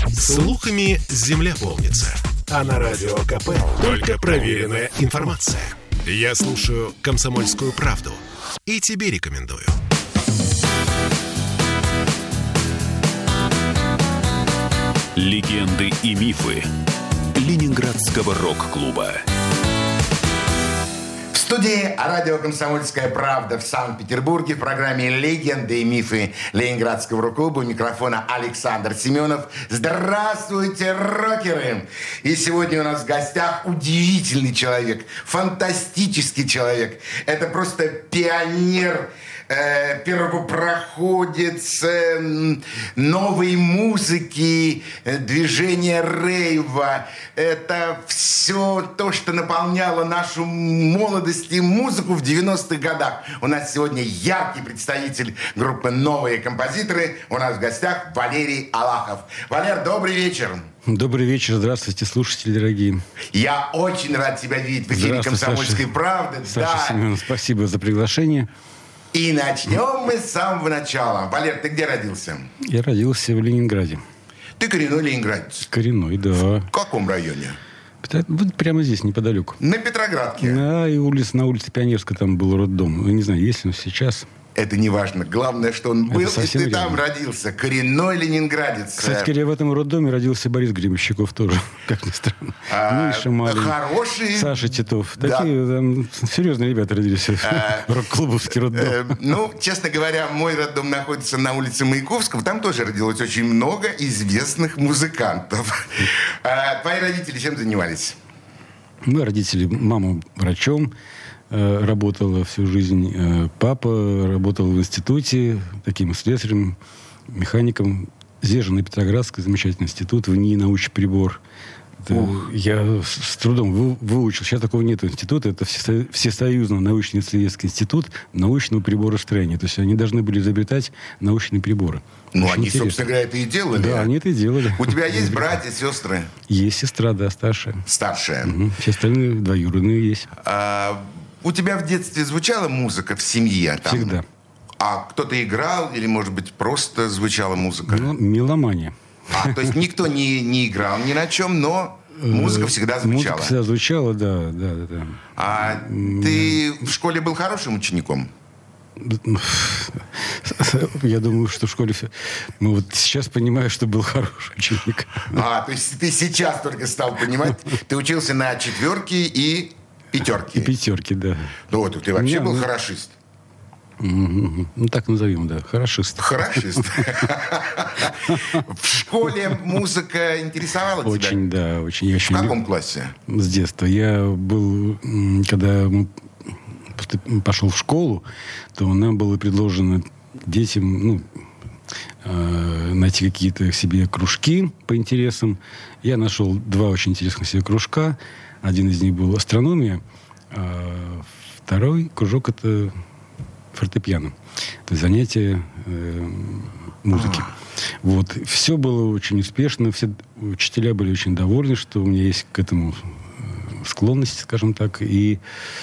Слухами земля полнится. А на Радио КП только проверенная информация. Я слушаю «Комсомольскую правду» и тебе рекомендую. Легенды и мифы Ленинградского рок-клуба. В студии радио «Комсомольская правда» в Санкт-Петербурге в программе «Легенды и мифы Ленинградского рок-клуба». У микрофона Александр Семенов. Здравствуйте, рокеры! И сегодня у нас в гостях удивительный человек, фантастический человек. Это просто пионер, первопроходец новой музыки, движения рейва. Это все то, что наполняло нашу молодость и музыку в 90-х годах. У нас сегодня яркий представитель группы «Новые композиторы». У нас в гостях Валерий Алахов. Валер, добрый вечер. Добрый вечер, здравствуйте, слушатели дорогие. Я очень рад тебя видеть в эфире «Комсомольской правды». Саша Семенов, спасибо за приглашение. И начнем мы с самого начала. Валер, ты где родился? Я родился в Ленинграде. Ты коренной ленинградец? Коренной, да. В каком районе? Вот прямо здесь, неподалеку. На Петроградке? Да, и на улице Пионерской там был роддом. Я не знаю, есть ли он сейчас. Это не важно. Главное, что он был, и ты рядом. Там родился. Коренной ленинградец. Кстати, в этом роддоме родился Борис Гребенщиков тоже, как ни странно. Миша Малин. Хороший. Саша Титов. Да. Такие там серьезные ребята родились в рок-клубовский роддом. Честно говоря, мой роддом находится на улице Маяковского. Там тоже родилось очень много известных музыкантов. Твои родители чем занимались? Мы родители, мама врачом, работала всю жизнь. Папа работал в институте, таким слесарем, механиком. Зежиный Петроградский, замечательный институт, в НИИ научный прибор. Я с трудом выучил. Сейчас такого нет института. Это Всесоюзный научно-исследовательский институт научного приборостроения. То есть они должны были изобретать научные приборы. Ну, очень они, интересно. собственно говоря, это и делали. Да, они это и делали. У тебя есть братья, сестры? Есть сестра, да, старшая. Старшая. Угу. Все остальные двоюродные есть. У тебя в детстве звучала музыка в семье? Там? Всегда. А кто-то играл или, может быть, просто звучала музыка? Ну, меломания. То есть никто не играл ни на чем, но музыка всегда звучала? Музыка всегда звучала, да. А ты в школе был хорошим учеником? Я думаю, что в школе... Ну, вот сейчас понимаю, что был хороший ученик. То есть ты сейчас только стал понимать? Ты учился на четверки и пятерки? И пятерки, да. Ну, вот ты вообще был хорошист? Ну, так назовем, да. Хорошист. Хорошист. В школе музыка интересовала тебя? Очень, да. Очень. В каком классе? С детства. Я был... Когда пошел в школу, то нам было предложено детям найти какие-то себе кружки по интересам. Я нашел 2 очень интересных себе кружка. Один из них был астрономия, а второй кружок — это фортепиано. То есть занятие музыки. Вот. Все было очень успешно. Все учителя были очень довольны, что у меня есть к этому склонность, скажем так. И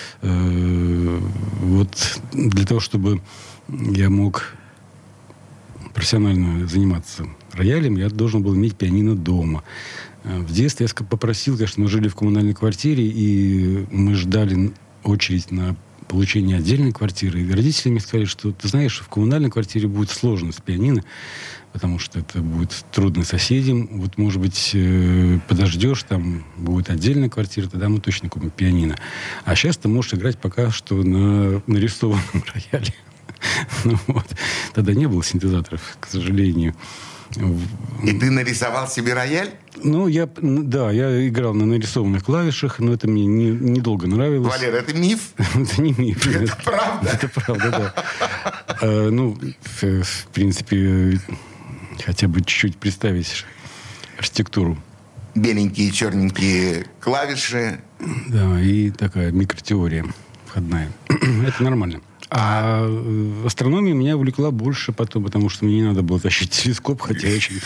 вот для того, чтобы я мог профессионально заниматься роялем, я должен был иметь пианино дома. В детстве я попросил, конечно, мы жили в коммунальной квартире, и мы ждали очередь на получение отдельной квартиры. И родители мне сказали, что, ты знаешь, в коммунальной квартире будет сложно с пианино, потому что это будет трудно соседям. Вот, может быть, подождешь, там будет отдельная квартира, тогда мы точно купим пианино. А сейчас ты можешь играть пока что на нарисованном рояле. Ну, вот. Тогда не было синтезаторов, к сожалению. И ты нарисовал себе рояль? Ну, я играл на нарисованных клавишах, но это мне недолго нравилось. Валер, это миф? Это не миф. Это правда? Это правда, да. Ну, в принципе, хотя бы чуть-чуть представить архитектуру. Беленькие, черненькие клавиши. Да, и такая микротеория входная. Это нормально. А астрономия меня увлекла больше потом, потому что мне не надо было тащить телескоп, хотя очень...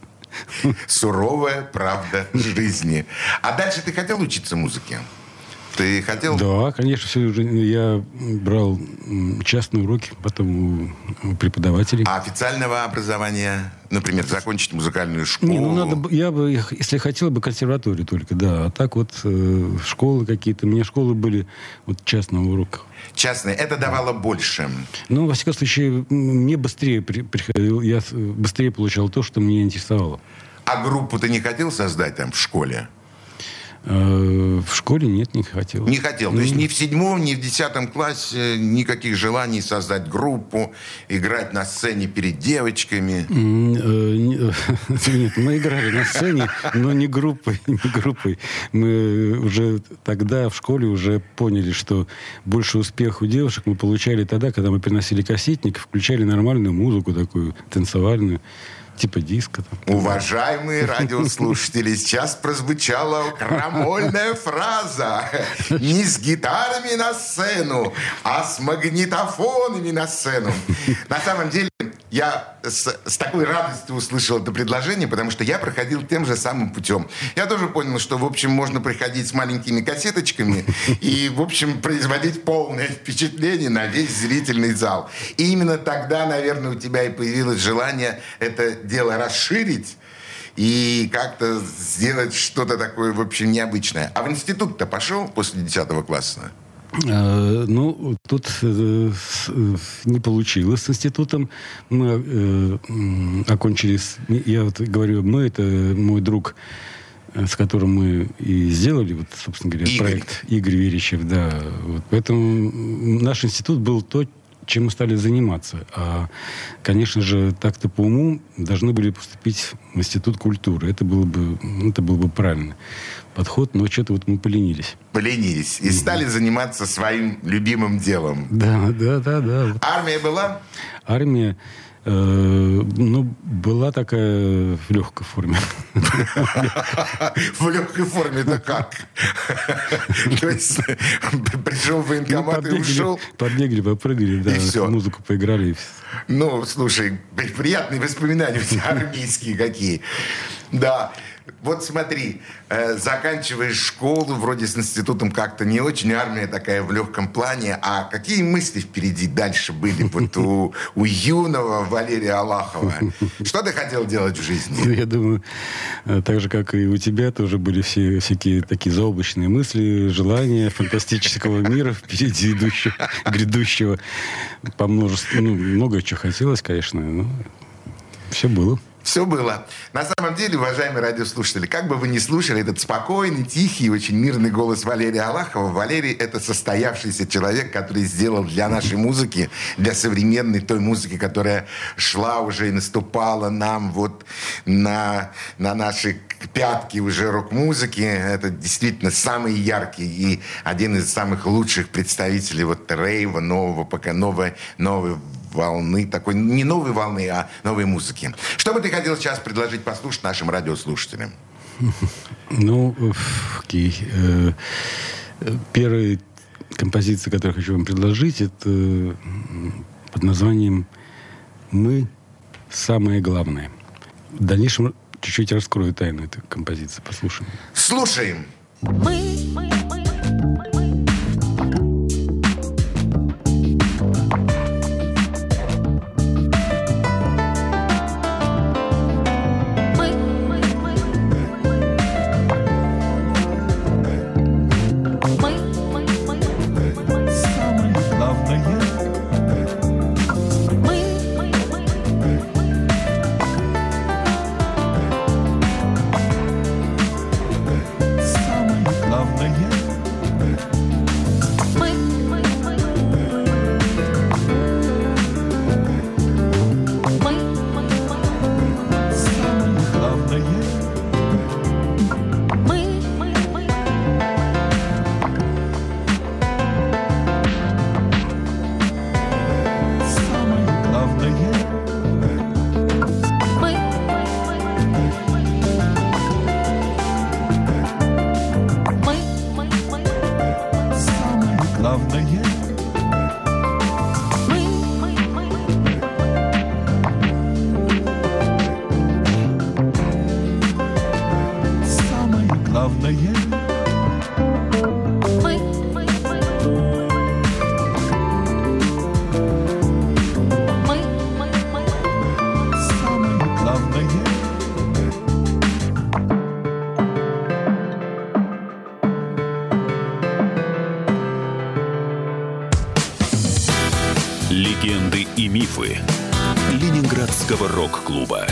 Суровая правда жизни. А дальше ты хотел учиться музыке? Ты хотел? Да, конечно, все уже. Я брал частные уроки, потом у преподавателей. А официального образования, например, закончить музыкальную школу? Не, надо, я бы, если хотел бы, консерваторию только, да. А так вот школы какие-то. У меня школы были вот частного урока. Частные. Это давало больше? Ну, во всяком случае, мне быстрее приходил, я быстрее получал то, что меня интересовало. А группу ты не хотел создать там в школе? В школе нет, не хотел. Не хотел. То есть ни в 7-м, ни в 10 классе никаких желаний создать группу, играть на сцене перед девочками? Нет, мы играли на сцене, но не группой. Мы уже тогда в школе уже поняли, что больше успеха у девушек мы получали тогда, когда мы приносили кассетник, включали нормальную музыку такую, танцевальную. Типа диска. Там. Уважаемые радиослушатели, сейчас прозвучала крамольная фраза. Не с гитарами на сцену, а с магнитофонами на сцену. На самом деле, я с такой радостью услышал это предложение, потому что я проходил тем же самым путем. Я тоже понял, что, в общем, можно приходить с маленькими кассеточками и, в общем, производить полное впечатление на весь зрительный зал. И именно тогда, наверное, у тебя и появилось желание это дело расширить и как-то сделать что-то такое, в общем, необычное. А в институт-то пошел после 10 класса? Ну, тут не получилось с институтом. Мы окончили... Я вот говорю, мы, это мой друг, с которым мы и сделали, вот, собственно говоря, проект Игорь Верещев, да. Вот. Поэтому наш институт был то, чем мы стали заниматься. А, конечно же, так-то по уму должны были поступить в Институт культуры. Это был бы правильный подход, но что-то вот мы поленились. Поленились. И стали заниматься своим любимым делом. Да. Армия была? Армия, была такая в легкой форме. В легкой форме это как? То есть пришел в военкомат и ушел? Подбегали, попрыгали, да. И все. Музыку поиграли. Ну, слушай, приятные воспоминания у тебя армейские какие. Да. Вот смотри, заканчиваешь школу, вроде с институтом как-то не очень, армия такая в легком плане. А какие мысли впереди дальше были вот у юного Валерия Алахова? Что ты хотел делать в жизни? Я думаю, так же, как и у тебя, тоже были всякие такие заоблачные мысли, желания фантастического мира впереди грядущего. По множеству, много чего хотелось, конечно, но все было. Все было. На самом деле, уважаемые радиослушатели, как бы вы ни слушали этот спокойный, тихий, очень мирный голос Валерия Алахова, Валерий — это состоявшийся человек, который сделал для нашей музыки, для современной той музыки, которая шла уже и наступала нам вот на наши пятки уже рок-музыки. Это действительно самый яркий и один из самых лучших представителей вот рейва, нового пока новой волны, такой не новой волны, а новой музыки. Что бы ты хотел сейчас предложить послушать нашим радиослушателям? Окей. Первая композиция, которую хочу вам предложить, это под названием «Мы – самое главное». В дальнейшем чуть-чуть раскрою тайну этой композиции. Послушаем. Слушаем. главное. электронная. Легенды и мифы Ленинградского рок-клуба.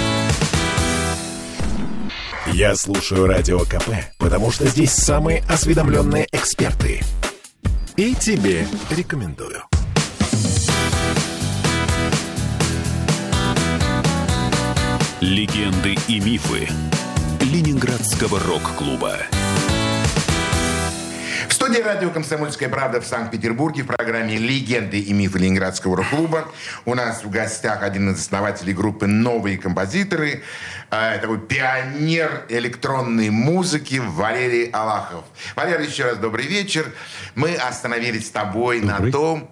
Я слушаю Радио КП, потому что здесь самые осведомленные эксперты. И тебе рекомендую. Легенды и мифы Ленинградского рок-клуба. В студии радио «Комсомольская правда» в Санкт-Петербурге в программе «Легенды и мифы Ленинградского рок-клуба». У нас в гостях один из основателей группы «Новые композиторы», такой пионер электронной музыки Валерий Алахов. Валерий, еще раз добрый вечер. Мы остановились с тобой на том,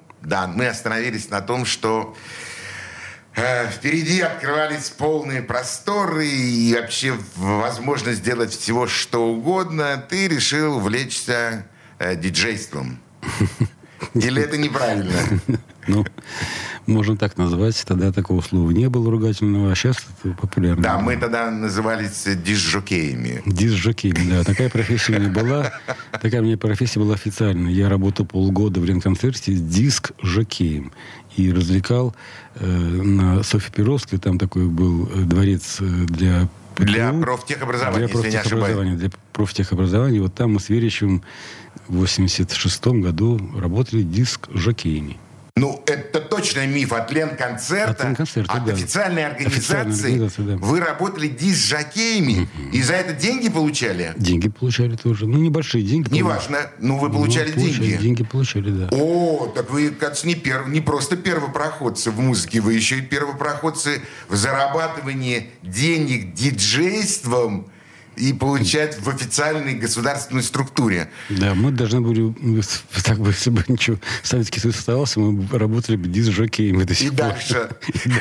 что впереди открывались полные просторы и вообще возможность сделать всего, что угодно. Ты решил увлечься диджейством. Или это неправильно? Ну, можно так назвать. Тогда такого слова не было ругательного, а сейчас это популярно. Да, мы тогда назывались диск-жокеями. Диск-жокеями, да. Такая профессия у меня была. Такая у меня профессия была официальная. Я работал полгода в Ленконцерте с диск-жокеем. И развлекал на Софье Перовской. Там такой был дворец для ПТУ. Для профтехобразования, если не ошибаюсь. Для профтехобразования. Вот там мы с Веричевым в 86-м году работали диск-жокеями. Ну, это точно миф от Ленконцерта. От Ленконцерта, от да. официальной организации. Да. Вы работали диск-жокеями, и за это деньги получали? Деньги получали тоже. Ну, небольшие деньги. Неважно, но вы получали деньги. Деньги получали, да. О, так вы, кажется, не просто первопроходцы в музыке, вы еще и первопроходцы в зарабатывании денег диджейством и получать в официальной государственной структуре. Да, мы должны были, так бы, если бы ничего, Советский Союз оставался, мы работали бы диск-жокеями до сих пор. Дальше.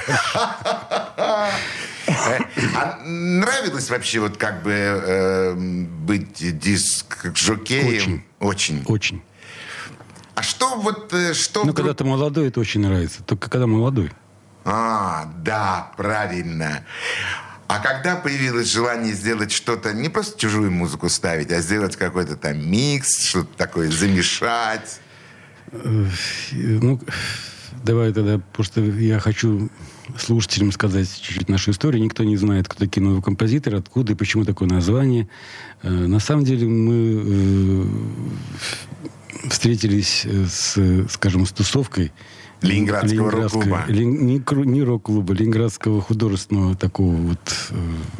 А нравилось вообще вот как бы быть диск-жокеем? Очень. А что вот... Ну, когда ты молодой, это очень нравится. Только когда молодой. Да, правильно. А когда появилось желание сделать что-то, не просто чужую музыку ставить, а сделать какой-то там микс, что-то такое, замешать? Ну, давай тогда, потому что я хочу слушателям сказать чуть-чуть нашу историю. Никто не знает, кто такие новые композиторы, откуда и почему такое название. На самом деле мы встретились с тусовкой Ленинградского рок-клуба. Не рок-клуба, Ленинградского художественного такого вот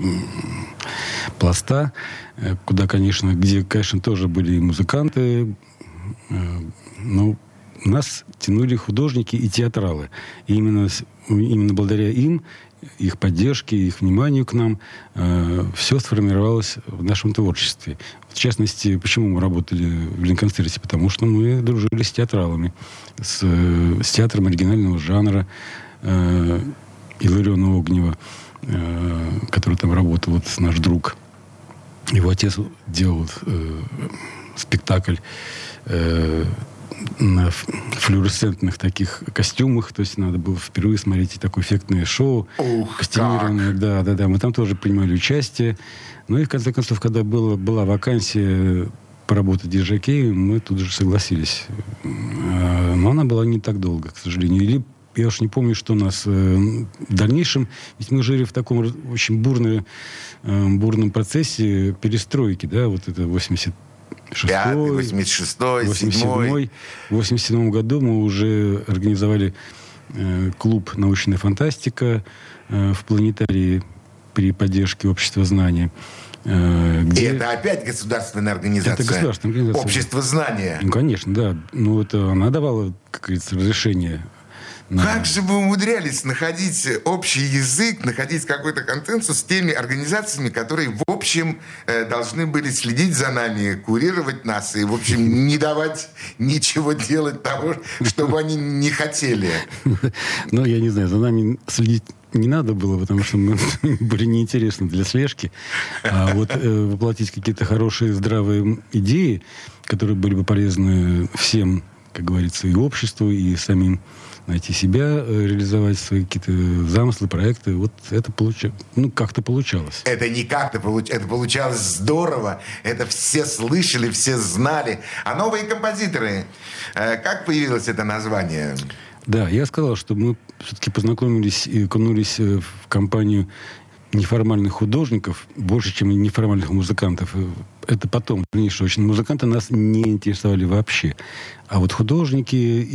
пласта, где, конечно, тоже были и музыканты, но нас тянули художники и театралы. И именно благодаря им, их поддержке, их вниманию к нам, все сформировалось в нашем творчестве. В частности, почему мы работали в Ленконцерте? Потому что мы дружили с театралами, с театром оригинального жанра Иллариона Огнева, который там работал, вот наш друг. Его отец делал спектакль на флуоресцентных таких костюмах, то есть надо было впервые смотреть и такое эффектное шоу. Костюмированное. Да. Мы там тоже принимали участие. Ну и в конце концов, когда была вакансия поработать диджей-жокеем, мы тут же согласились. Но она была не так долго, к сожалению. Или я уж не помню, что у нас в дальнейшем... Ведь мы жили в таком очень бурном процессе перестройки, да, вот это 86-й, 87-й. В 87 году мы уже организовали клуб «Научная фантастика» в планетарии при поддержке Общества знания. И это опять государственная организация? Это государственная организация. Общество знания? Ну, конечно, да. Ну, это она давала, как говорится, разрешение. Как же вы умудрялись находить общий язык, находить какой-то консенсус с теми организациями, которые, в общем, должны были следить за нами, курировать нас и, в общем, не давать ничего делать того, чтобы они не хотели? Ну, я не знаю, за нами следить не надо было, потому что мы были неинтересны для слежки. А вот воплотить какие-то хорошие, здравые идеи, которые были бы полезны всем как говорится, и обществу, и самим найти себя, реализовать свои какие-то замыслы, проекты. Вот это как-то получалось. Это не как-то получалось, это получалось здорово. Это все слышали, все знали. А новые композиторы, как появилось это название? Да, я сказал, что мы все-таки познакомились и окунулись в компанию неформальных художников больше, чем неформальных музыкантов. Это потом, конечно, очень музыканты нас не интересовали вообще. А вот художники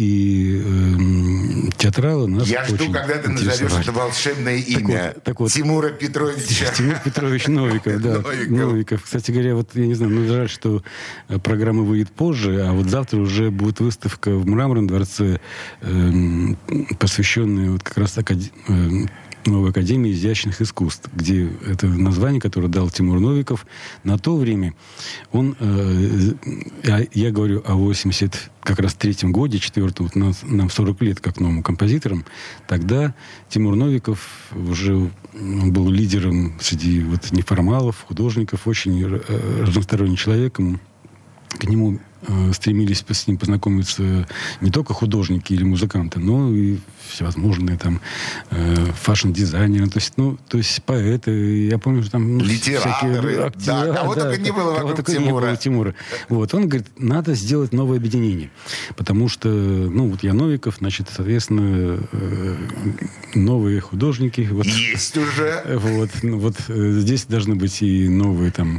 и театралы нас Я очень жду, когда ты назовешь это волшебное имя. Так вот, Тимура Петровича. Тимур Петрович Новиков, да. Новиков. Кстати говоря, вот я не знаю, жаль, что программа выйдет позже, а вот завтра уже будет выставка в Мраморном дворце, посвященная вот как раз Новой академии изящных искусств, где это название, которое дал Тимур Новиков, на то время он, я говорю о 83-м годе, 4-м, вот нам 40 лет как новым композиторам, тогда Тимур Новиков уже был лидером среди вот неформалов, художников, очень разносторонним человеком. К нему стремились с ним познакомиться не только художники или музыканты, но и всевозможные там фэшн-дизайнеры, то есть поэты, я помню, что там литераторы, актера, кого только не было вокруг Тимура. Вот, он говорит, надо сделать новое объединение, потому что, вот я Новиков, значит, соответственно, новые художники. Вот, есть уже. Вот здесь должны быть и новые там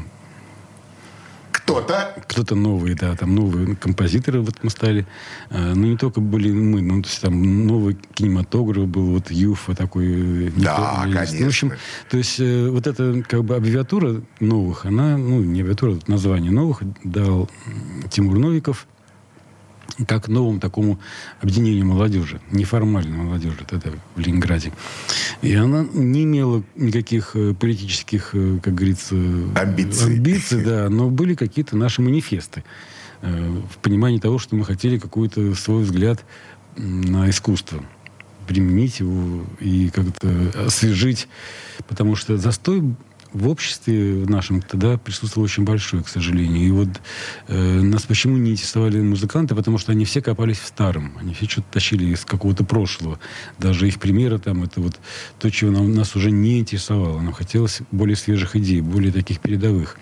кто-то новые, да, там новые композиторы вот мы стали. Не только были мы, то есть там новый кинематограф был, вот Юфа такой. Да, конечно. В общем, то есть вот эта как бы аббревиатура новых, она, не аббревиатура, название новых дал Тимур Новиков как новому такому объединению молодежи, неформальной молодежи тогда в Ленинграде. И она не имела никаких политических, как говорится, амбиций, да, но были какие-то наши манифесты в понимании того, что мы хотели какой-то свой взгляд на искусство применить его и как-то освежить, потому что застой в обществе в нашем тогда присутствовал очень большой, к сожалению. И вот нас почему не интересовали музыканты? Потому что они все копались в старом. Они все что-то тащили из какого-то прошлого. Даже их примеры там, это вот то, чего нас уже не интересовало. Нам хотелось более свежих идей, более таких передовых.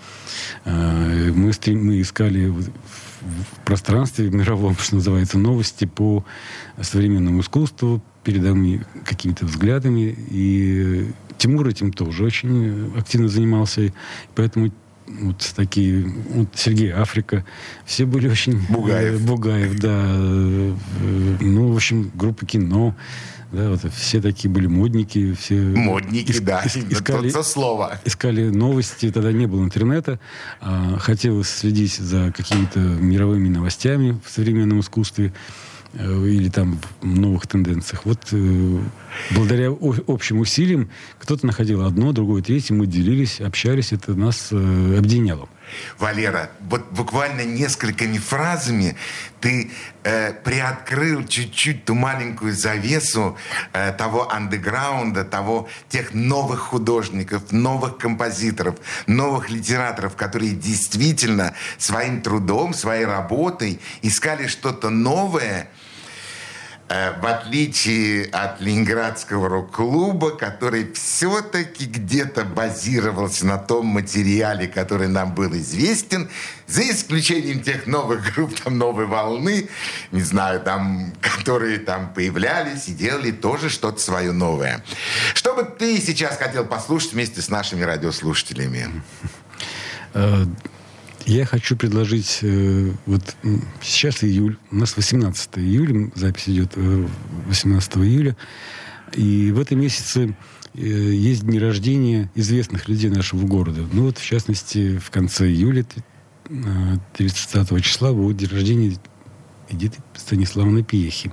Мы искали в пространстве мировом, что называется, новости по современному искусству, передовыми какими-то взглядами. И Тимур этим тоже очень активно занимался. Поэтому вот такие... Вот Сергей Африка. Все были очень... Бугаев, да. В общем, группа кино. Да, вот все такие были модники. Все модники, да. Искали новости. Тогда не было интернета. Хотелось следить за какими-то мировыми новостями в современном искусстве или там в новых тенденциях. Вот благодаря общим усилиям кто-то находил одно, другое, третье, мы делились, общались, это нас объединяло. Валера, вот буквально несколькими фразами ты приоткрыл чуть-чуть ту маленькую завесу того андеграунда, тех новых художников, новых композиторов, новых литераторов, которые действительно своим трудом, своей работой искали что-то новое, в отличие от Ленинградского рок-клуба, который все-таки где-то базировался на том материале, который нам был известен, за исключением тех новых групп, там, новой волны, не знаю, там, которые там появлялись и делали тоже что-то свое новое. Что бы ты сейчас хотел послушать вместе с нашими радиослушателями? Я хочу предложить, вот сейчас июль, у нас 18 июля, запись идет 18 июля, и в этом месяце есть дни рождения известных людей нашего города. В частности, в конце июля, 30 числа, будет день рождения Эдиты Станиславовны Пьехи.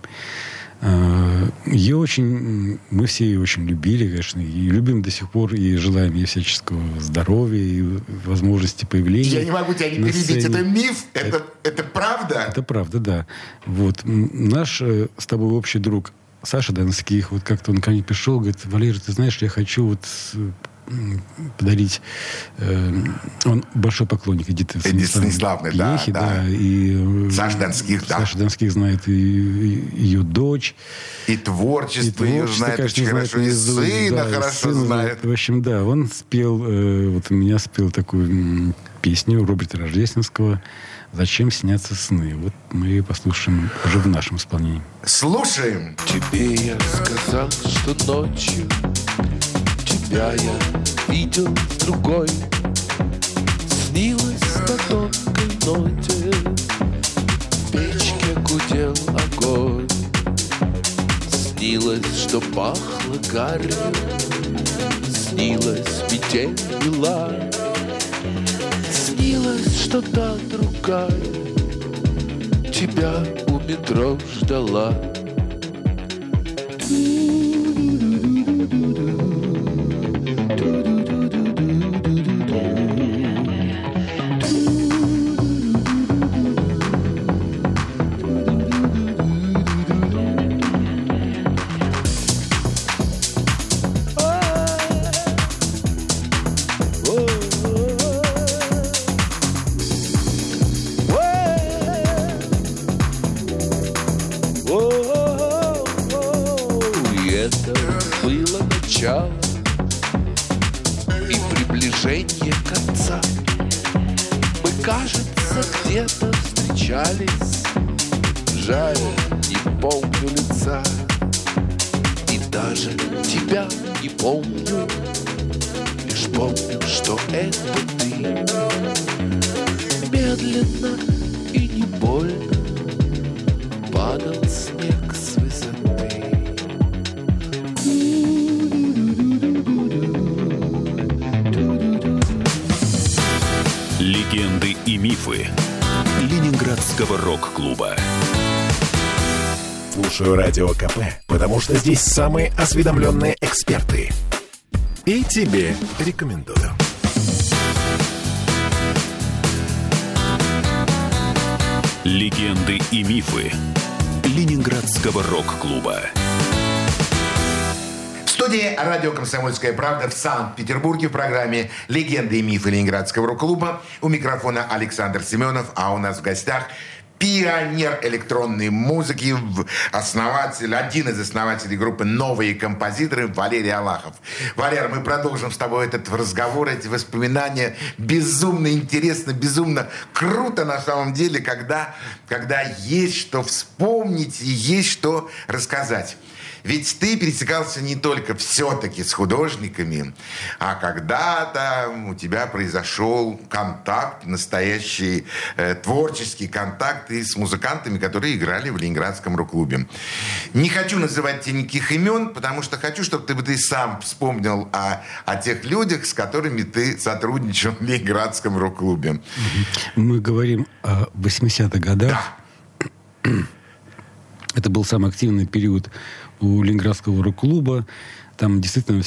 Мы все ее очень любили, конечно, и любим до сих пор, и желаем ей всяческого здоровья и возможности появления. Я не могу тебя не перебить, это миф? Это правда? Это правда, да. Вот. Наш с тобой общий друг Саша Донских, вот как-то он ко мне пришел, говорит: Валера, ты знаешь, я хочу подарить... Он большой поклонник Эдиты Станиславовны, Пьехи, да. И Саша Донских, да. Саша Донских знает и ее дочь. И творчество ее знает, конечно, очень хорошо. И сына хорошо знает. В общем, да, он спел, вот у меня спел такую песню Роберта Рождественского «Зачем снятся сны». Вот мы ее послушаем уже в нашем исполнении. Слушаем. Тебе я сказал, что ночью тебя я видел с другой. Снилось на тонкой ноте, в печке гудел огонь. Снилось, что пахло гарью, снилась метель бела. Снилось, что та другая тебя у метро ждала. Это было начало и приближение конца. Мы, кажется, где-то встречались, жаль, не помню лица. И даже тебя не помню, лишь помню, что это ты. Медленно и не больно падал снег с высоты. Легенды и мифы Ленинградского рок-клуба. Слушаю Радио КП, потому что здесь самые осведомленные эксперты. И тебе рекомендую. Легенды и мифы Ленинградского рок-клуба. В студии радио «Комсомольская правда» в Санкт-Петербурге в программе «Легенды и мифы Ленинградского рок-клуба». У микрофона Александр Семенов, а у нас в гостях пионер электронной музыки, один из основателей группы «Новые композиторы» Валерий Алахов. Валер, мы продолжим с тобой этот разговор, эти воспоминания. Безумно интересно, безумно круто на самом деле, когда есть что вспомнить и есть что рассказать. Ведь ты пересекался не только все-таки с художниками, а когда-то у тебя произошел контакт, настоящий творческий контакт и с музыкантами, которые играли в Ленинградском рок-клубе. Не хочу называть тебе никаких имен, потому что хочу, чтобы ты сам вспомнил о тех людях, с которыми ты сотрудничал в Ленинградском рок-клубе. Мы говорим о 80-х годах. Да. Это был самый активный период у Ленинградского рок-клуба. Там действительно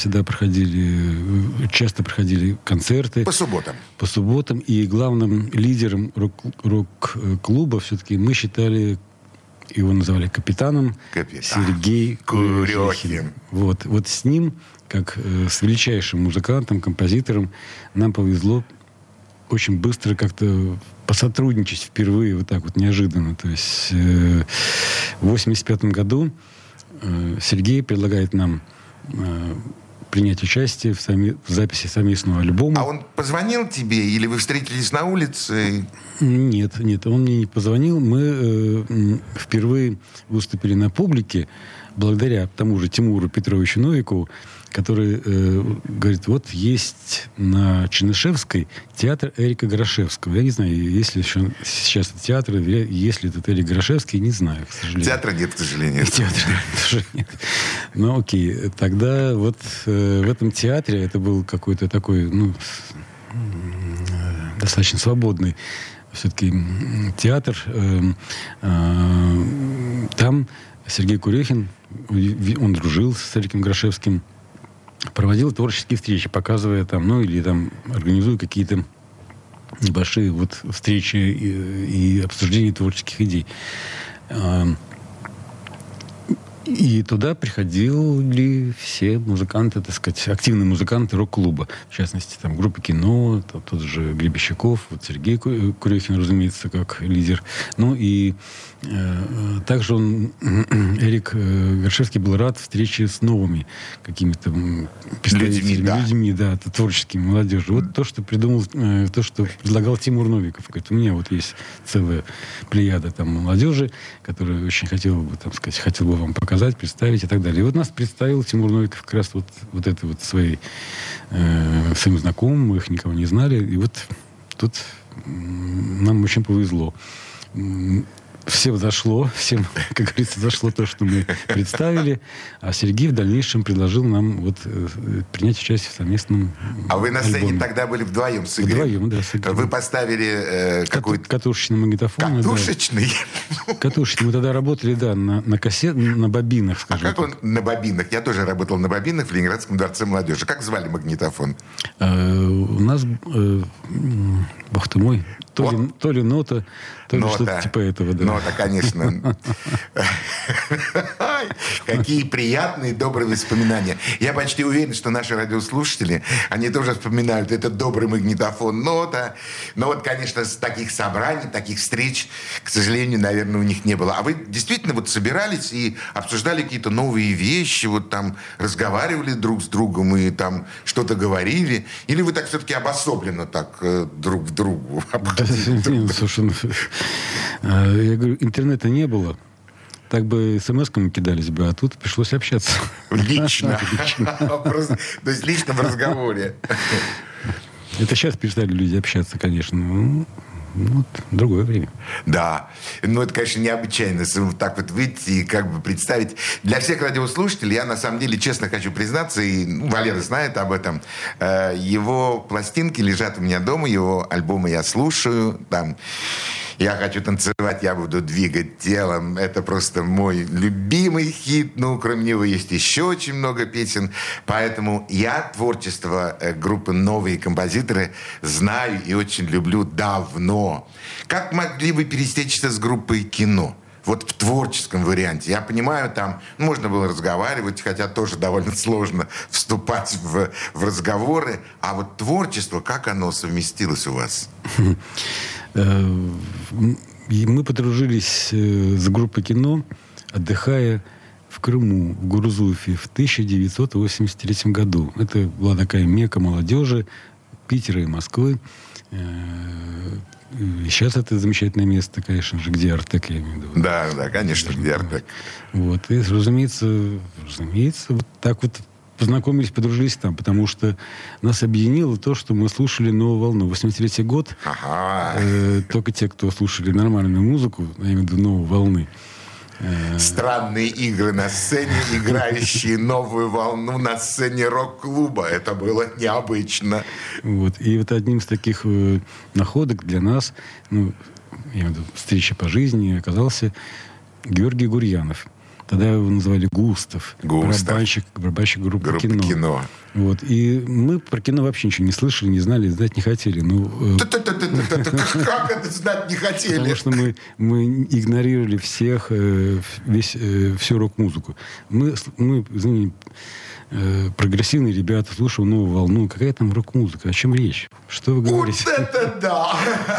часто проходили концерты. По субботам. По субботам. И главным лидером рок-клуба все-таки мы считали, его называли капитаном, Сергей Курехин. Вот с ним, как с величайшим музыкантом, композитором, нам повезло очень быстро как-то посотрудничать впервые, вот так вот неожиданно. То есть в 1985 году Сергей предлагает нам принять участие в записи совместного альбома. А он позвонил тебе или вы встретились на улице? Нет, он мне не позвонил. Мы впервые выступили на публике благодаря тому же Тимуру Петровичу Новикову, который говорит, вот есть на Чернышевской театр Эрика Горошевского. Я не знаю, есть ли еще сейчас театр, есть ли этот Эрик Горошевский, не знаю, к сожалению. Театра нет, к сожалению. Театра тоже нет. Ну, окей. Тогда вот в этом театре, это был какой-то такой, достаточно свободный все-таки театр. Там Сергей Курехин, он дружил с Эриком Горошевским, проводил творческие встречи, показывая там, или там организуя какие-то небольшие вот встречи и обсуждения творческих идей. И туда приходили все музыканты, так сказать, активные музыканты рок-клуба. В частности, там группа «Кино», тот же Гребещаков, вот Сергей Курехин, разумеется, как лидер. Ну и также Эрик Горшевский был рад встрече с новыми какими-то людьми, да, творческими, молодежью. Вот то, что придумал, то, что предлагал Тимур Новиков. Говорит, у меня вот есть целая плеяда там молодежи, которая очень хотела бы, там сказать, хотел бы вам показать, представить и так далее. И вот нас представил Тимур Новиков как раз вот это вот своим знакомым, мы их никого не знали. И вот тут нам очень повезло. Всем зашло, всем, как говорится, зашло то, что мы представили, а Сергей в дальнейшем предложил нам вот принять участие в совместном А вы на сцене альбоме. тогда были вдвоем с Игорем? Вдвоем, да, с Игорем. Вы поставили какой-то... Катушечный магнитофон. Катушечный? Да. Катушечный. Мы тогда работали, да, на кассет, на бобинах, скажем. А как он на бобинах? Я тоже работал на бобинах в Ленинградском дворце молодежи. Как звали магнитофон? У нас, бог ты мой, то ли нота, то ли что-то типа этого, да. Нота, конечно. Какие приятные, добрые воспоминания. Я почти уверен, что наши радиослушатели, они тоже вспоминают этот добрый магнитофон, нота. Но вот, конечно, с таких собраний, таких встреч, к сожалению, наверное, у них не было. А вы действительно вот собирались и обсуждали какие-то новые вещи, вот там разговаривали друг с другом и там что-то говорили? Или вы так все-таки обособленно так друг к другу? Слушай, я говорю, интернета не было. Так бы смс-ками кидались бы, а тут пришлось общаться. Лично. То есть лично в разговоре. Это сейчас перестали люди общаться, конечно. Ну, вот, другое время. Да. Ну, это, конечно, необычайно. Вот так вот выйти и как бы представить. Для всех радиослушателей я, на самом деле, честно хочу признаться, и Валера знает об этом, его пластинки лежат у меня дома, его альбомы я слушаю. Там «Я хочу танцевать, я буду двигать телом». Это просто мой любимый хит. Ну, кроме него есть еще очень много песен. Поэтому я творчество группы «Новые композиторы» знаю и очень люблю давно. Как могли вы пересечься с группой «Кино»? Вот в творческом варианте. Я понимаю, там можно было разговаривать, хотя тоже довольно сложно вступать в разговоры. А вот творчество, как оно совместилось у вас? Мы подружились с группой «Кино», отдыхая в Крыму, в Гурзуфе, в 1983 году. Это была такая мекка молодежи Питера и Москвы. И сейчас это замечательное место, конечно же, где Артек, я имею в виду. Да, конечно, где Артек. Вот. И, разумеется, вот так вот познакомились, подружились там, потому что нас объединило то, что мы слушали «Новую волну». 83-й год. Только те, кто слушали нормальную музыку, я имею в виду «Новой волны». Странные игры на сцене, играющие «Новую волну» на сцене рок-клуба. Это было необычно. Вот. И вот одним из таких находок для нас, я имею в виду встреча по жизни, оказался Георгий Гурьянов. Тогда его называли Густав. Барабанщик группы «Кино». Вот. И мы про кино вообще ничего не слышали, не знали, знать не хотели. Как это знать не хотели? Потому что мы игнорировали всех, всю рок-музыку. Мы прогрессивные ребята, слушаем «Новую волну». Какая там рок-музыка? О чем речь? Что вы говорите? Вот это да!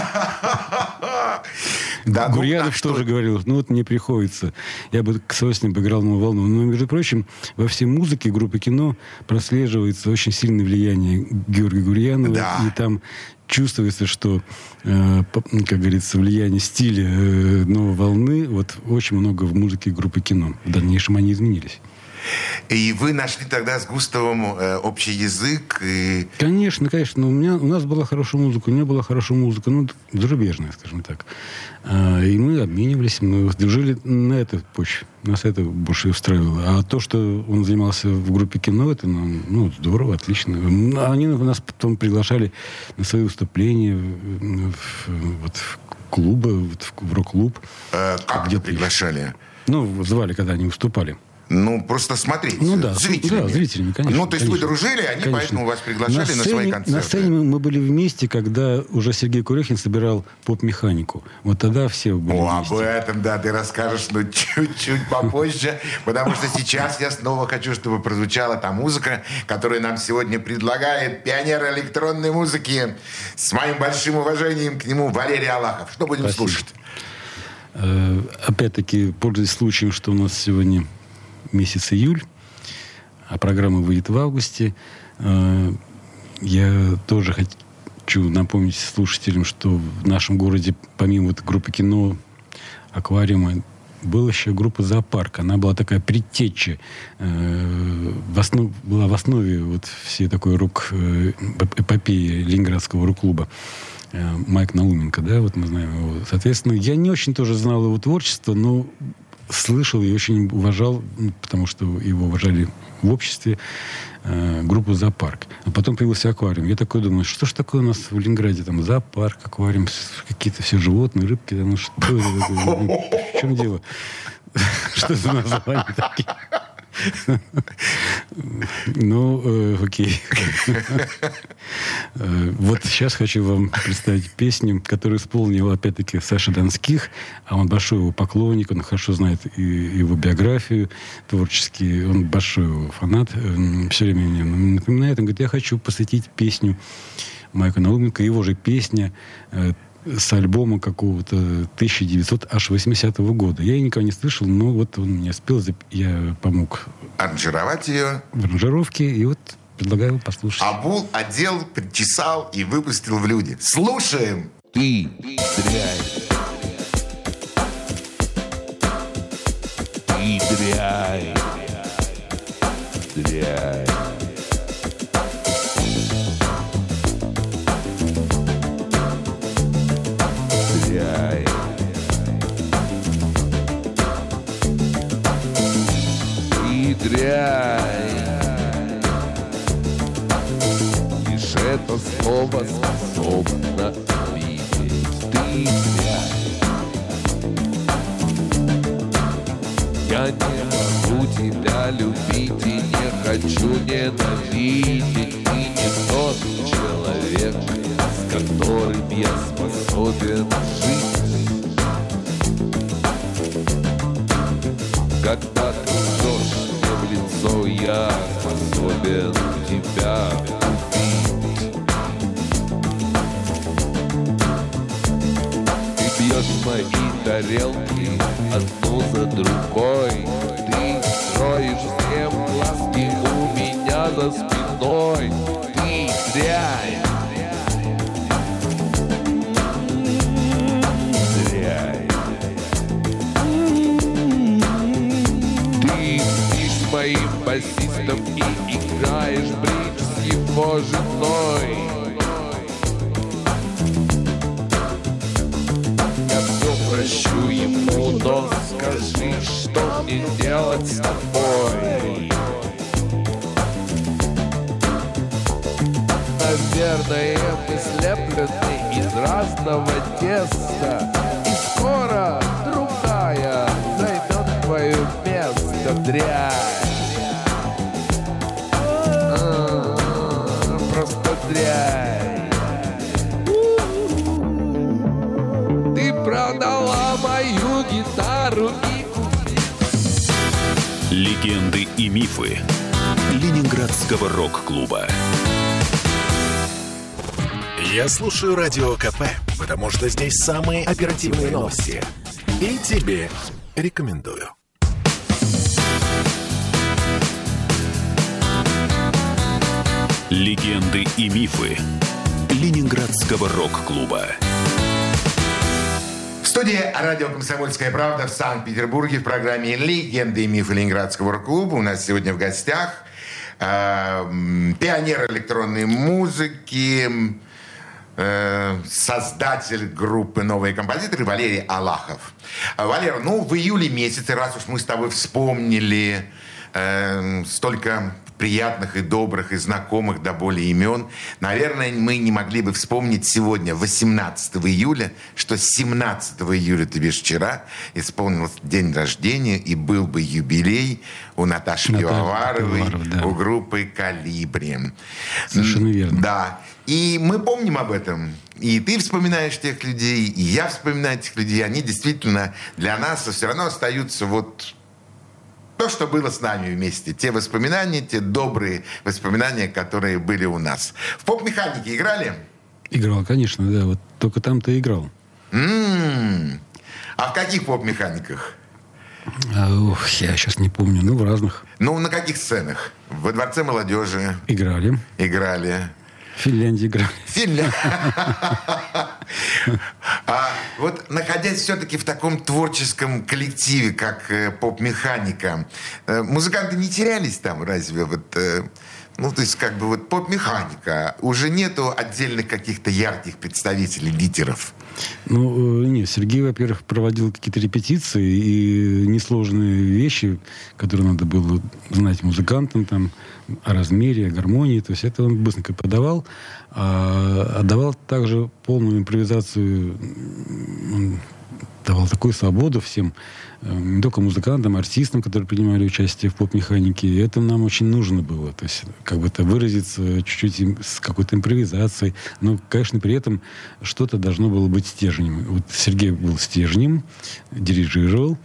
Да, Гурьянов тоже говорил, мне приходится. Я бы с удовольствием поиграл «Новую волну». Но, между прочим, во всей музыке группы «Кино» прослеживается очень сильное влияние Георгия Гурьянова. Да. И там чувствуется, что, как говорится, влияние стиля «Новой волны» вот очень много в музыке группы «Кино». В дальнейшем они изменились. И вы нашли тогда с Густавом общий язык? Конечно. У нас была хорошая музыка, у него была хорошая музыка, зарубежная, скажем так. И мы обменивались, мы дружили на этой почве. Нас это больше устраивало. А то, что он занимался в группе «Кино», это здорово, отлично. Они нас потом приглашали на свои выступления в клубы, в рок-клуб. Как где приглашали? Звали, когда они выступали. Просто смотреть. Ну да, зрителями. Да, зрителями, конечно. То есть вы дружили, они конечно. Поэтому вас приглашали на свои концерты. На сцене мы были вместе, когда уже Сергей Курехин собирал поп-механику. Вот тогда все были вместе. Об этом, да, ты расскажешь, чуть-чуть попозже, потому что сейчас я снова хочу, чтобы прозвучала та музыка, которую нам сегодня предлагает пионер электронной музыки. С моим большим уважением к нему Валерий Алахов. Что будем слушать? Опять-таки, пользуясь случаем, что у нас сегодня месяц июль, а программа выйдет в августе, я тоже хочу напомнить слушателям, что в нашем городе, помимо группы кино, аквариума, была еще группа «Зоопарк». Она была такая предтеча. Была в основе всей такой рок-эпопеи Ленинградского рок-клуба. Майк Науменко, да, мы знаем его. Соответственно, я не очень тоже знал его творчество, но слышал и очень уважал, потому что его уважали в обществе, группу «Зоопарк». А потом появился аквариум. Я такой думаю, что ж такое у нас в Ленинграде? Там зоопарк, аквариум, какие-то все животные, рыбки. Что это такое? В чем дело? Что за названия такие? Окей. Сейчас хочу вам представить песню, которую исполнил, опять-таки, Саша Донских. А он большой его поклонник, он хорошо знает его биографию творческий. Он большой его фанат. Все время мне напоминает. Он говорит, я хочу посвятить песню Майка Науменко. Его же песня с альбома какого-то 1980 года. Я ее никогда не слышал, но он мне спел, я помог аранжировать ее. В аранжировке, и предлагаю послушать. Обул, одел, причесал и выпустил в люди. Слушаем! Ты дрянь. Ты дрянь. Дрянь. Дрянь. Лишь это слово способно видеть. Ты дрянь. Я не могу тебя любить и не хочу ненавидеть. Ты не тот человек, с которым я способен жить. Когда ты лжешь мне в лицо, я способен тебя убить. Ты бьешь мои тарелки одну за другой. Ты строишь всем глазки у меня за спиной. Ты дрянь. Моим басистом и играешь бридж с его женой. Я все прощу ему, но скажи, что мне делать с тобой. Наверное, мы слеплены из разного теста, и скоро другая займет твое место, дрянь. Дрянь. Ты продала мою гитару и... Легенды и мифы Ленинградского рок-клуба. Я слушаю Радио КП, потому что здесь самые оперативные новости. И тебе рекомендую. Легенды и мифы Ленинградского рок-клуба. В студии радио «Комсомольская правда» в Санкт-Петербурге в программе «Легенды и мифы Ленинградского рок-клуба» у нас сегодня в гостях пионер электронной музыки, создатель группы «Новые композиторы» Валерий Алахов. Валер, в июле месяце, раз уж мы с тобой вспомнили столько приятных и добрых, и знакомых до боли имен. Наверное, мы не могли бы вспомнить сегодня, 18 июля, что 17 июля, то бишь вчера, исполнился день рождения, и был бы юбилей у Наташи Пивоваровой, да, у группы «Колибри». Совершенно верно. Да. И мы помним об этом. И ты вспоминаешь тех людей, и я вспоминаю этих людей. Они действительно для нас все равно остаются вот то, что было с нами вместе. Те воспоминания, те добрые воспоминания, которые были у нас. В «Поп-механике» играли? Играл, конечно, да. Вот только там-то и играл. А в каких «Поп-механиках»? Я сейчас не помню. Ну, в разных. Ну, на каких сценах? Во Дворце молодежи? Играли. В Финляндии играли. А вот находясь все-таки в таком творческом коллективе, как «Поп-механика», музыканты не терялись там, разве? Вот, ну, то есть, как бы вот «Поп-механика», уже нету отдельных каких-то ярких представителей, лидеров? Ну, нет, Сергей, во-первых, проводил какие-то репетиции и несложные вещи, которые надо было знать музыкантам, там, о размере, о гармонии. То есть это он быстренько подавал. А давал также полную импровизацию, он давал такую свободу всем, не только музыкантам, артистам, которые принимали участие в «Поп-механике». И это нам очень нужно было. То есть, как бы это выразиться чуть-чуть с какой-то импровизацией. Но, конечно, при этом что-то должно было быть стержнем. Вот Сергей был стержнем, дирижировал.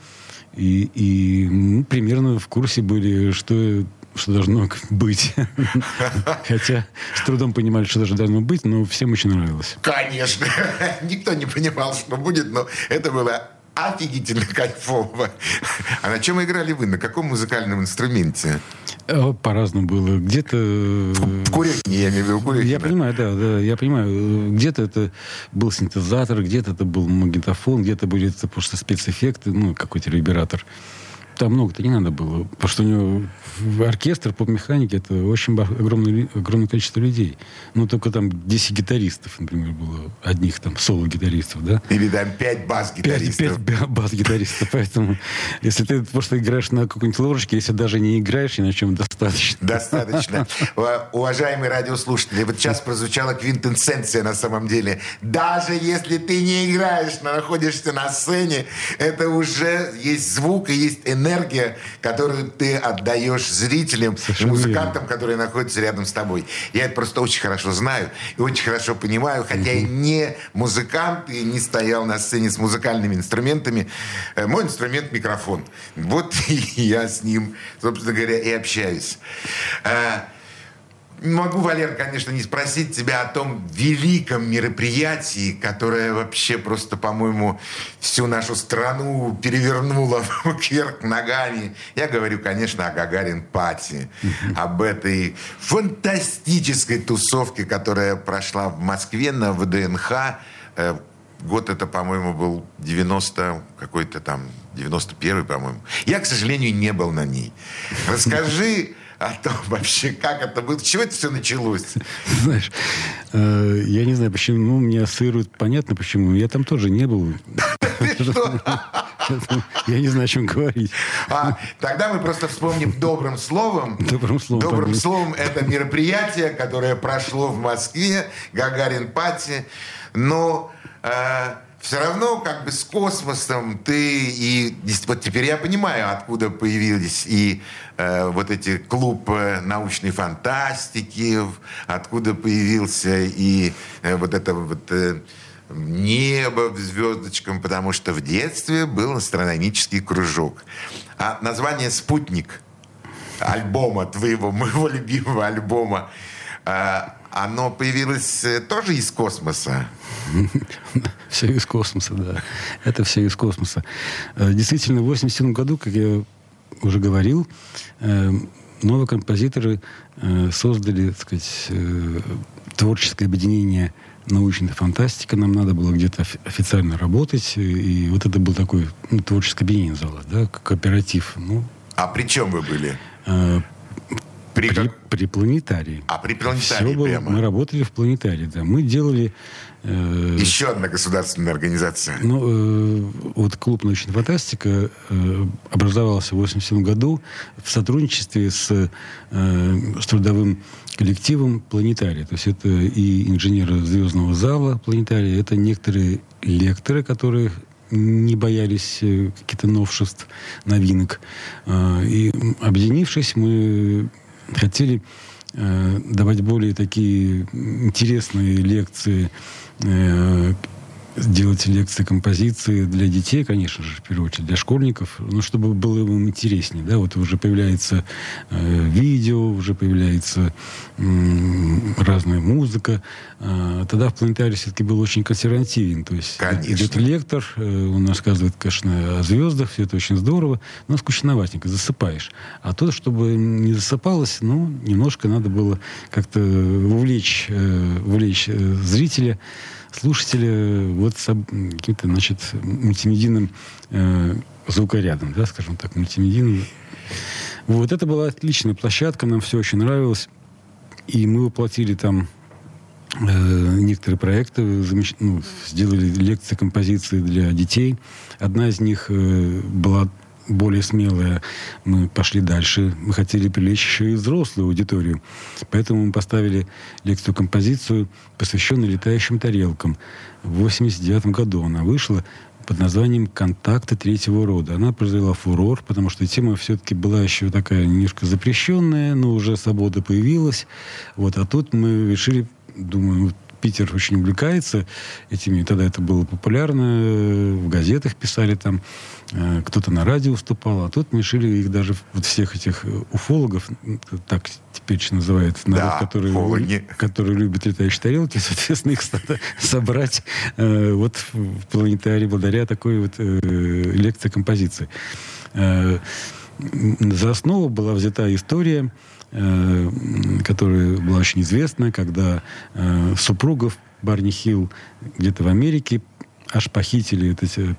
И мы примерно в курсе были, что должно быть. Хотя с трудом понимали, что даже должно быть, но всем очень нравилось. Конечно. Никто не понимал, что будет, но это было офигительно кайфово. А на чем играли вы? На каком музыкальном инструменте? По-разному было. Где-то... В Курехине, я имею в виду Курехине. Я понимаю, да, я понимаю. Где-то это был синтезатор, где-то это был магнитофон, где-то были это просто спецэффекты, ну, какой-то ревербератор. Там много-то не надо было. Потому что у него оркестр «Поп-механики» — это очень огромное количество людей. Ну, только там 10 гитаристов, например, было. Одних там соло-гитаристов, да? Или там 5 бас-гитаристов. 5 бас-гитаристов. Поэтому, если ты просто играешь на какой-нибудь ложке, если даже не играешь ни на чем, достаточно. Достаточно. Уважаемые радиослушатели, вот сейчас прозвучала квинтэссенция на самом деле. Даже если ты не играешь, но находишься на сцене, это уже есть звук и есть энергия, которую ты отдаешь зрителям и музыкантам, которые находятся рядом с тобой. Я это просто очень хорошо знаю и очень хорошо понимаю, хотя я не музыкант и не стоял на сцене с музыкальными инструментами. Мой инструмент — микрофон. Вот я с ним, собственно говоря, и общаюсь. Могу, Валер, конечно, не спросить тебя о том великом мероприятии, которое вообще просто, по-моему, всю нашу страну перевернуло кверх ногами. Я говорю, конечно, о Гагарин-пати, об этой фантастической тусовке, которая прошла в Москве на ВДНХ. Год это, по-моему, был 91-й, по-моему. Я, к сожалению, не был на ней. Расскажи о том вообще, как это было, с чего это все началось? Знаешь, я не знаю, почему, ну, меня ассоциируют, понятно почему, я там тоже не был. Я не знаю, о чем говорить. Тогда мы просто вспомним добрым словом. Добрым словом это мероприятие, которое прошло в Москве, Гагарин-пати, но... все равно как бы с космосом ты и... Вот теперь я понимаю, откуда появились и вот эти клубы научной фантастики, откуда появился и вот это вот небо в звездочкам, потому что в детстве был астрономический кружок. А название «Спутник» альбома твоего, моего любимого альбома, оно появилось тоже из космоса? Все из космоса, да. Это все из космоса. Действительно, в 1987 году, как я уже говорил, новые композиторы создали, так сказать, творческое объединение научная фантастика. Нам надо было где-то официально работать. И вот это был такой творческое объединение называлось, да, кооператив. Ну, а при чем вы были? При планетарии. При планетарии прямо. Мы работали в планетарии, да. Мы делали... Еще одна государственная организация. Вот клуб «Научная фантастика» образовался в 1987 году в сотрудничестве с трудовым коллективом планетария. То есть это и инженеры звездного зала планетария, это некоторые лекторы, которые не боялись каких-то новшеств, новинок. И объединившись, мы хотели давать более такие интересные лекции, делать лекции, композиции для детей, конечно же, в первую очередь, для школьников, чтобы было им интереснее. Да? Вот уже появляется видео, уже появляется разная музыка. Тогда в планетарии все-таки был очень консервативен. То есть идет лектор, он рассказывает, конечно, о звездах, все это очень здорово, но скучноватенько, засыпаешь. А то, чтобы не засыпалось, немножко надо было как-то увлечь зрителя, слушателя каким-то, мультимедийным звукорядом, да, скажем так, мультимедийным. Вот это была отличная площадка, нам все очень нравилось. И мы воплотили там некоторые проекты, сделали лекции, композиции для детей. Одна из них была более смелая. Мы пошли дальше. Мы хотели привлечь еще и взрослую аудиторию. Поэтому мы поставили лекцию-композицию, посвященную летающим тарелкам. В 1989 году она вышла под названием «Контакты третьего рода». Она произвела фурор, потому что тема все-таки была еще такая немножко запрещенная, но уже свобода появилась. А тут мы решили, думаю, Питер очень увлекается этими. Тогда это было популярно. В газетах писали там. Кто-то на радио выступал. А тут мы решили их даже всех этих уфологов, так теперь называют народ, который любит летающие тарелки, соответственно, их собрать в планетарии благодаря такой лекции композиции. За основу была взята история, которая была очень известна, когда супругов Барни Хилл где-то в Америке аж похитили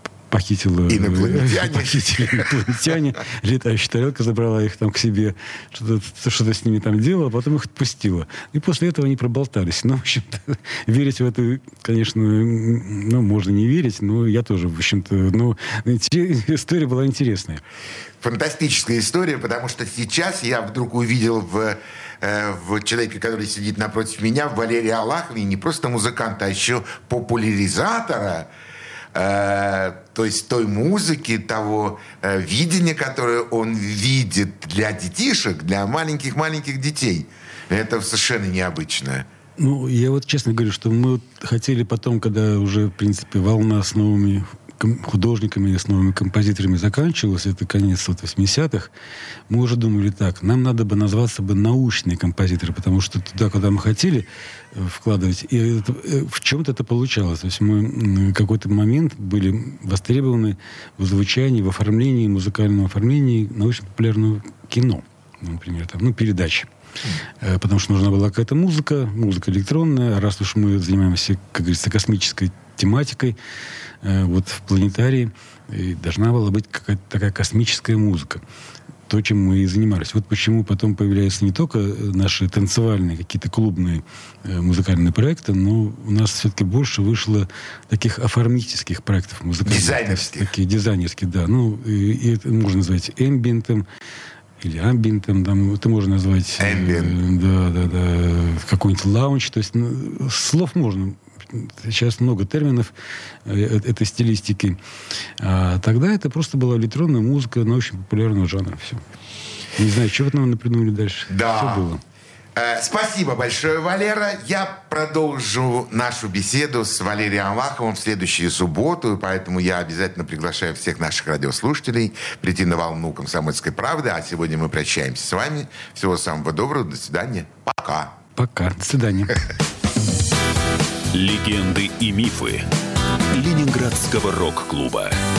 инопланетяне. Летающая тарелка забрала их там к себе, что-то с ними там делала, а потом их отпустила. И после этого они проболтались. В общем-то, верить в это, конечно, можно не верить, но я тоже, в общем-то, история была интересная. Фантастическая история, потому что сейчас я вдруг увидел в человеке, который сидит напротив меня, в Валерии Аллахове, не просто музыканта, а еще популяризатора, то есть той музыки, того видения, которое он видит для детишек, для маленьких детей. Это совершенно необычно. Я честно говорю, что мы хотели потом, когда уже, в принципе, волна с новыми художниками, с новыми композиторами заканчивалась, это конец 80-х, мы уже думали так, нам надо бы назваться научные композиторы, потому что туда, куда мы хотели вкладывать, и в чем-то это получалось. То есть мы в какой-то момент были востребованы в звучании, в оформлении, музыкальном оформлении научно-популярного кино, например, передачи. Потому что нужна была какая-то музыка электронная. А раз уж мы занимаемся, как говорится, космической тематикой, в планетарии должна была быть какая-то такая космическая музыка. То, чем мы и занимались. Почему потом появляются не только наши танцевальные, какие-то клубные музыкальные проекты, но у нас все-таки больше вышло таких оформительских проектов музыкальных. Дизайнерских. Такие дизайнерские, да. И это можно назвать эмбиентом, или амбиентом, это можно назвать... какой-нибудь лаунж. То есть слов можно. Сейчас много терминов этой стилистики. А тогда это просто была электронная музыка очень популярного жанра. Все. Не знаю, что вы нам придумали дальше. Да. Все было. Спасибо большое, Валера. Я продолжу нашу беседу с Валерием Аллаховым в следующую субботу, поэтому я обязательно приглашаю всех наших радиослушателей прийти на волну «Комсомольской правды». А сегодня мы прощаемся с вами. Всего самого доброго. До свидания. Пока. Пока. До свидания. Легенды и мифы Ленинградского рок-клуба.